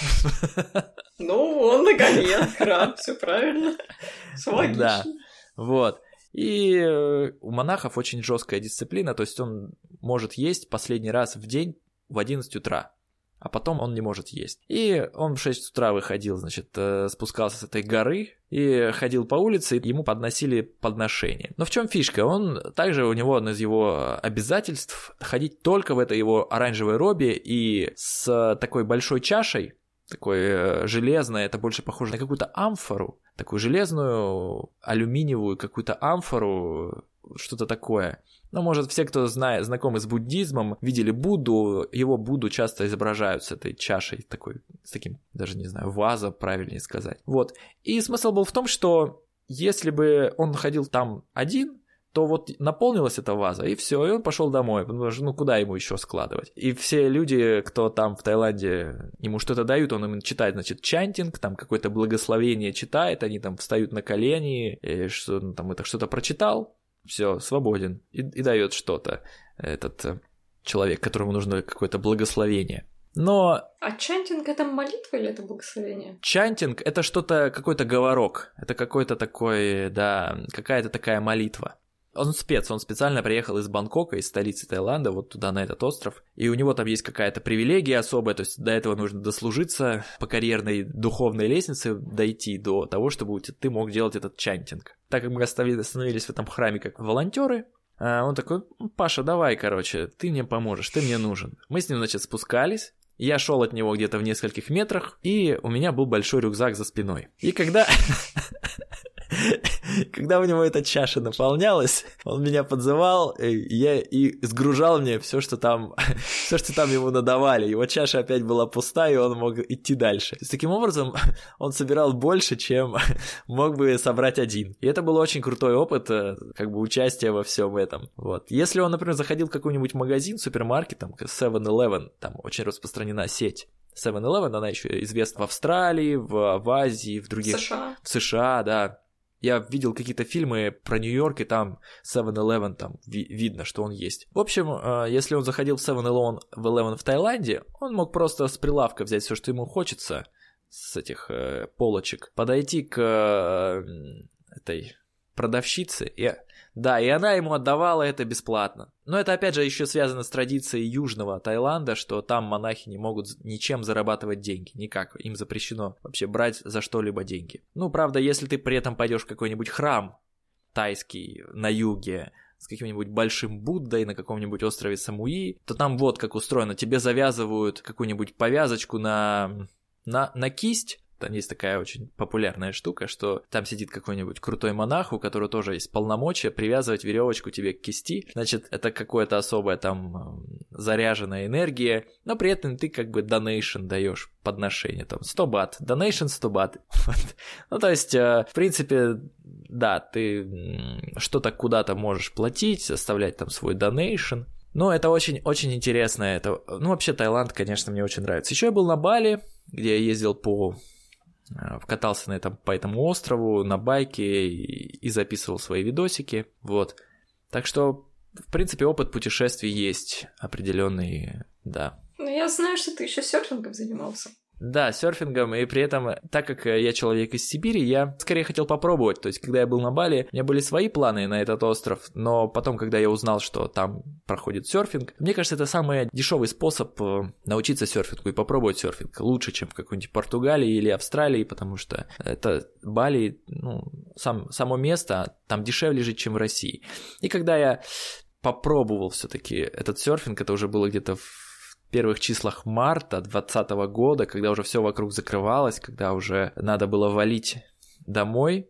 Ну, он на горе, храм, все правильно, логично. Да, вот. И у монахов очень жесткая дисциплина, то есть он может есть последний раз в день в одиннадцать утра. А потом он не может есть. И он в шесть утра выходил, значит, спускался с этой горы и ходил по улице, и ему подносили подношения. Но в чем фишка? Он также, у него одно из его обязательств ходить только в этой его оранжевой робе и с такой большой чашей, такой железной, это больше похоже на какую-то амфору, такую железную, алюминиевую какую-то амфору, что-то такое. Ну, может, все, кто знает, знакомы с буддизмом, видели Будду, его Будду часто изображают с этой чашей, такой, с таким, даже не знаю, ваза, правильнее сказать. Вот. И смысл был в том, что если бы он ходил там один, то вот наполнилась эта ваза, и все, и он пошел домой, потому что, ну, куда ему еще складывать? И все люди, кто там в Таиланде, ему что-то дают, он им читает, значит, чантинг, там какое-то благословение читает, они там встают на колени, и что, ну, там это что-то прочитал, все, свободен, и, и дает что-то этот э, человек, которому нужно какое-то благословение. Но... А чантинг — это молитва или это благословение? Чантинг — это что-то, какой-то говорок, это какой-то такой, да, какая-то такая молитва. Он спец, он специально приехал из Бангкока, из столицы Таиланда, вот туда, на этот остров, и у него там есть какая-то привилегия особая, то есть до этого нужно дослужиться, по карьерной духовной лестнице дойти до того, чтобы ты мог делать этот чантинг. Так как мы остановились в этом храме как волонтеры, он такой: Паша, давай, короче, ты мне поможешь, ты мне нужен. Мы с ним, значит, спускались, я шел от него где-то в нескольких метрах, и у меня был большой рюкзак за спиной. И когда... Когда у него эта чаша наполнялась, он меня подзывал, и, я, и сгружал мне все, что там, все, что там ему надавали. Его чаша опять была пуста, и он мог идти дальше. То есть, таким образом, он собирал больше, чем мог бы собрать один. И это был очень крутой опыт, как бы участия во всем этом. Вот. Если он, например, заходил в какой-нибудь магазин, супермаркет, там, севен элевен, там очень распространена сеть. севен элевен, она еще известна в Австралии, в, в Азии, в других... США. В США, да. Я видел какие-то фильмы про Нью-Йорк, и там севен элевен, там ви- видно, что он есть. В общем, э, если он заходил в севен элевен в Таиланде, он мог просто с прилавка взять все, что ему хочется, с этих э, полочек, подойти к э, этой продавщице, и, да, и она ему отдавала это бесплатно. Но это, опять же, еще связано с традицией южного Таиланда, что там монахи не могут ничем зарабатывать деньги, никак, им запрещено вообще брать за что-либо деньги. Ну, правда, если ты при этом пойдешь в какой-нибудь храм тайский на юге, с каким-нибудь большим Буддой на каком-нибудь острове Самуи, то там вот как устроено, тебе завязывают какую-нибудь повязочку на, на, на кисть. Там есть такая очень популярная штука, что там сидит какой-нибудь крутой монах, у которого тоже есть полномочия привязывать веревочку тебе к кисти. Значит, это какое-то особое там заряженная энергия, но при этом ты как бы донейшн даешь, подношение, там сто бат, донейшн сто бат. Ну, то есть, в принципе, да, ты что-то куда-то можешь платить, оставлять там свой донейшн. Ну, это очень-очень интересно. Это... Ну, вообще, Таиланд, конечно, мне очень нравится. Еще я был на Бали, где я ездил по... катался на этом, по этому острову на байке и, и записывал свои видосики, вот. Так что, в принципе, опыт путешествий есть определенный, да. Ну, я знаю, что ты еще серфингом занимался. Да, серфингом, и при этом, так как я человек из Сибири, я скорее хотел попробовать. То есть, когда я был на Бали, у меня были свои планы на этот остров, но потом, когда я узнал, что там проходит серфинг, мне кажется, это самый дешевый способ научиться серфингу и попробовать серфинг. Лучше, чем в какой-нибудь Португалии или Австралии, потому что это Бали, ну, сам, само место там дешевле жить, чем в России. И когда я попробовал все-таки этот серфинг, это уже было где-то в первых числах марта двадцатого года, когда уже все вокруг закрывалось, когда уже надо было валить домой,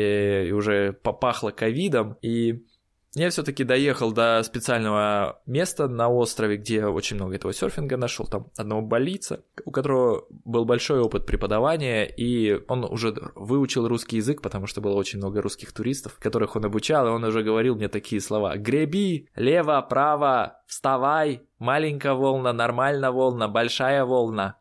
и уже попахло ковидом, и я все-таки доехал до специального места на острове, где очень много этого серфинга, нашел там одного балийца, у которого был большой опыт преподавания, и он уже выучил русский язык, потому что было очень много русских туристов, которых он обучал, и он уже говорил мне такие слова: «Греби, лево, право, вставай, маленькая волна, нормальная волна, большая волна».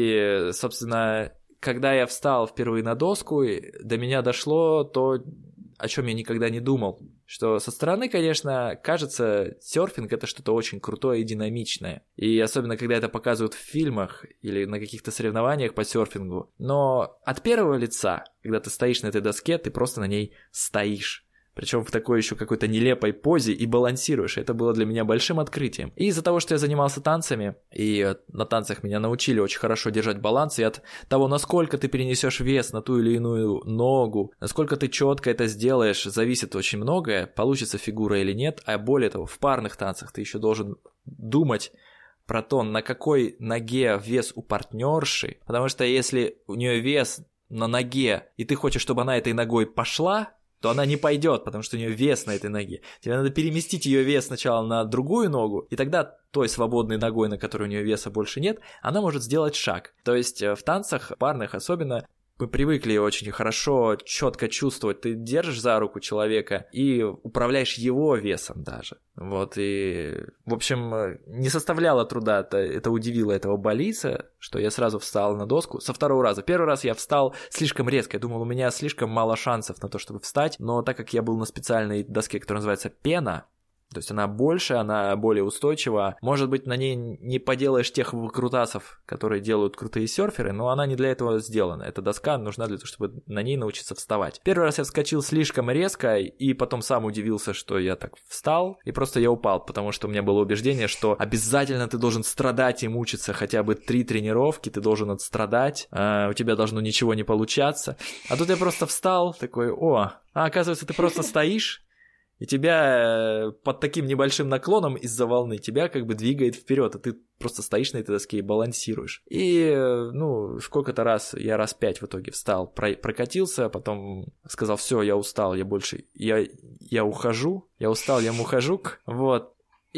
И, собственно, когда я встал впервые на доску, до меня дошло то, о чем я никогда не думал, что со стороны, конечно, кажется, серфинг — это что-то очень крутое и динамичное, и особенно, когда это показывают в фильмах или на каких-то соревнованиях по серфингу, но от первого лица, когда ты стоишь на этой доске, ты просто на ней стоишь. Причем в такой еще какой-то нелепой позе и балансируешь. Это было для меня большим открытием. И из-за того, что я занимался танцами, и на танцах меня научили очень хорошо держать баланс, и от того, насколько ты перенесешь вес на ту или иную ногу, насколько ты четко это сделаешь, зависит очень многое, получится фигура или нет. А более того, в парных танцах ты еще должен думать про то, на какой ноге вес у партнерши, потому что если у нее вес на ноге, и ты хочешь, чтобы она этой ногой пошла, то она не пойдет, потому что у нее вес на этой ноге. Тебе надо переместить ее вес сначала на другую ногу, и тогда той свободной ногой, на которой у нее веса больше нет, она может сделать шаг. То есть в танцах парных особенно мы привыкли очень хорошо, четко чувствовать. Ты держишь за руку человека и управляешь его весом даже. Вот, и, в общем, не составляло труда, это, это удивило этого балийца, что я сразу встал на доску со второго раза. Первый раз я встал слишком резко, я думал, у меня слишком мало шансов на то, чтобы встать, но так как я был на специальной доске, которая называется пена, то есть она больше, она более устойчива. Может быть, на ней не поделаешь тех выкрутасов, которые делают крутые серферы, но она не для этого сделана. Эта доска нужна для того, чтобы на ней научиться вставать. Первый раз я вскочил слишком резко, и потом сам удивился, что я так встал, и просто я упал, потому что у меня было убеждение, что обязательно ты должен страдать и мучиться хотя бы три тренировки, ты должен отстрадать, а у тебя должно ничего не получаться. А тут я просто встал, такой: о, а оказывается, ты просто стоишь, и тебя под таким небольшим наклоном из-за волны тебя как бы двигает вперед, а ты просто стоишь на этой доске и балансируешь. И, ну, сколько-то раз, я раз пять в итоге встал, про- прокатился, потом сказал: все, я устал, я больше, я, я ухожу, я устал, я мухожук, вот.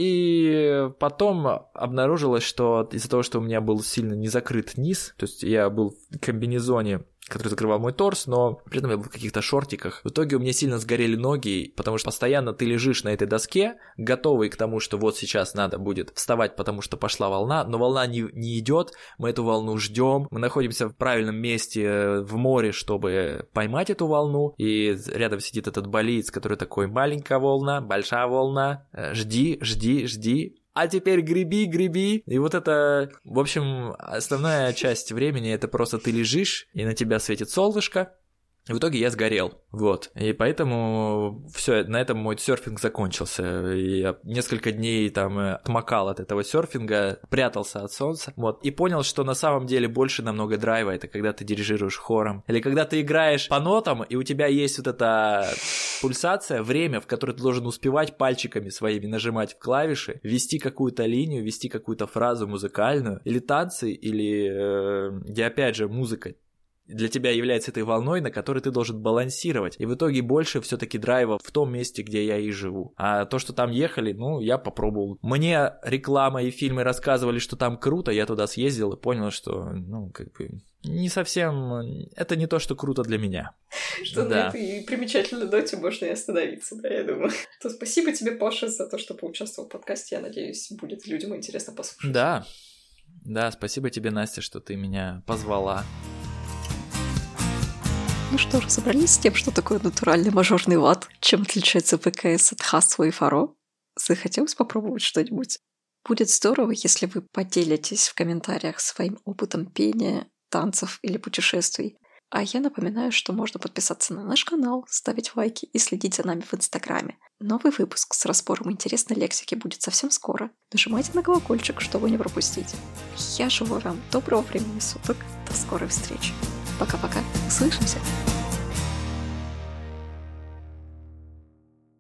И потом обнаружилось, что из-за того, что у меня был сильно не закрыт низ, то есть я был в комбинезоне, который закрывал мой торс, но при этом я был в каких-то шортиках. В итоге у меня сильно сгорели ноги, потому что постоянно ты лежишь на этой доске, готовый к тому, что вот сейчас надо будет вставать, потому что пошла волна, но волна не, не идет, мы эту волну ждем, мы находимся в правильном месте в море, чтобы поймать эту волну, и рядом сидит этот балиец, который такой: маленькая волна, большая волна, жди, жди, жди. А теперь греби, греби. И вот это, в общем, основная часть времени — это просто ты лежишь, и на тебя светит солнышко. И в итоге я сгорел, вот, и поэтому все, на этом мой серфинг закончился, и я несколько дней там отмокал от этого серфинга, прятался от солнца, вот, и понял, что на самом деле больше намного драйва — это когда ты дирижируешь хором, или когда ты играешь по нотам, и у тебя есть вот эта пульсация, время, в которое ты должен успевать пальчиками своими нажимать в клавиши, вести какую-то линию, вести какую-то фразу музыкальную, или танцы, или, э, где опять же музыка для тебя является этой волной, на которой ты должен балансировать. И в итоге больше все-таки драйва в том месте, где я и живу. А то, что там ехали, ну, я попробовал. Мне реклама и фильмы рассказывали, что там круто, я туда съездил и понял, что, ну, как бы, не совсем... Это не то, что круто для меня. Что да. На этой примечательной ноте можно и остановиться, да, я думаю. То спасибо тебе, Паша, за то, что поучаствовал в подкасте. Я надеюсь, будет людям интересно послушать. Да, да, спасибо тебе, Настя, что ты меня позвала. Ну что, разобрались с тем, что такое натуральный мажорный лад, чем отличается ВКС от Хасло и Фаро? Захотелось попробовать что-нибудь? Будет здорово, если вы поделитесь в комментариях своим опытом пения танцев или путешествий. А я напоминаю, что можно подписаться на наш канал, ставить лайки и следить за нами в Инстаграме. Новый выпуск с разбором интересной лексики будет совсем скоро. Нажимайте на колокольчик, чтобы не пропустить. Я желаю вам доброго времени суток. До скорой встречи. Пока-пока. Услышимся.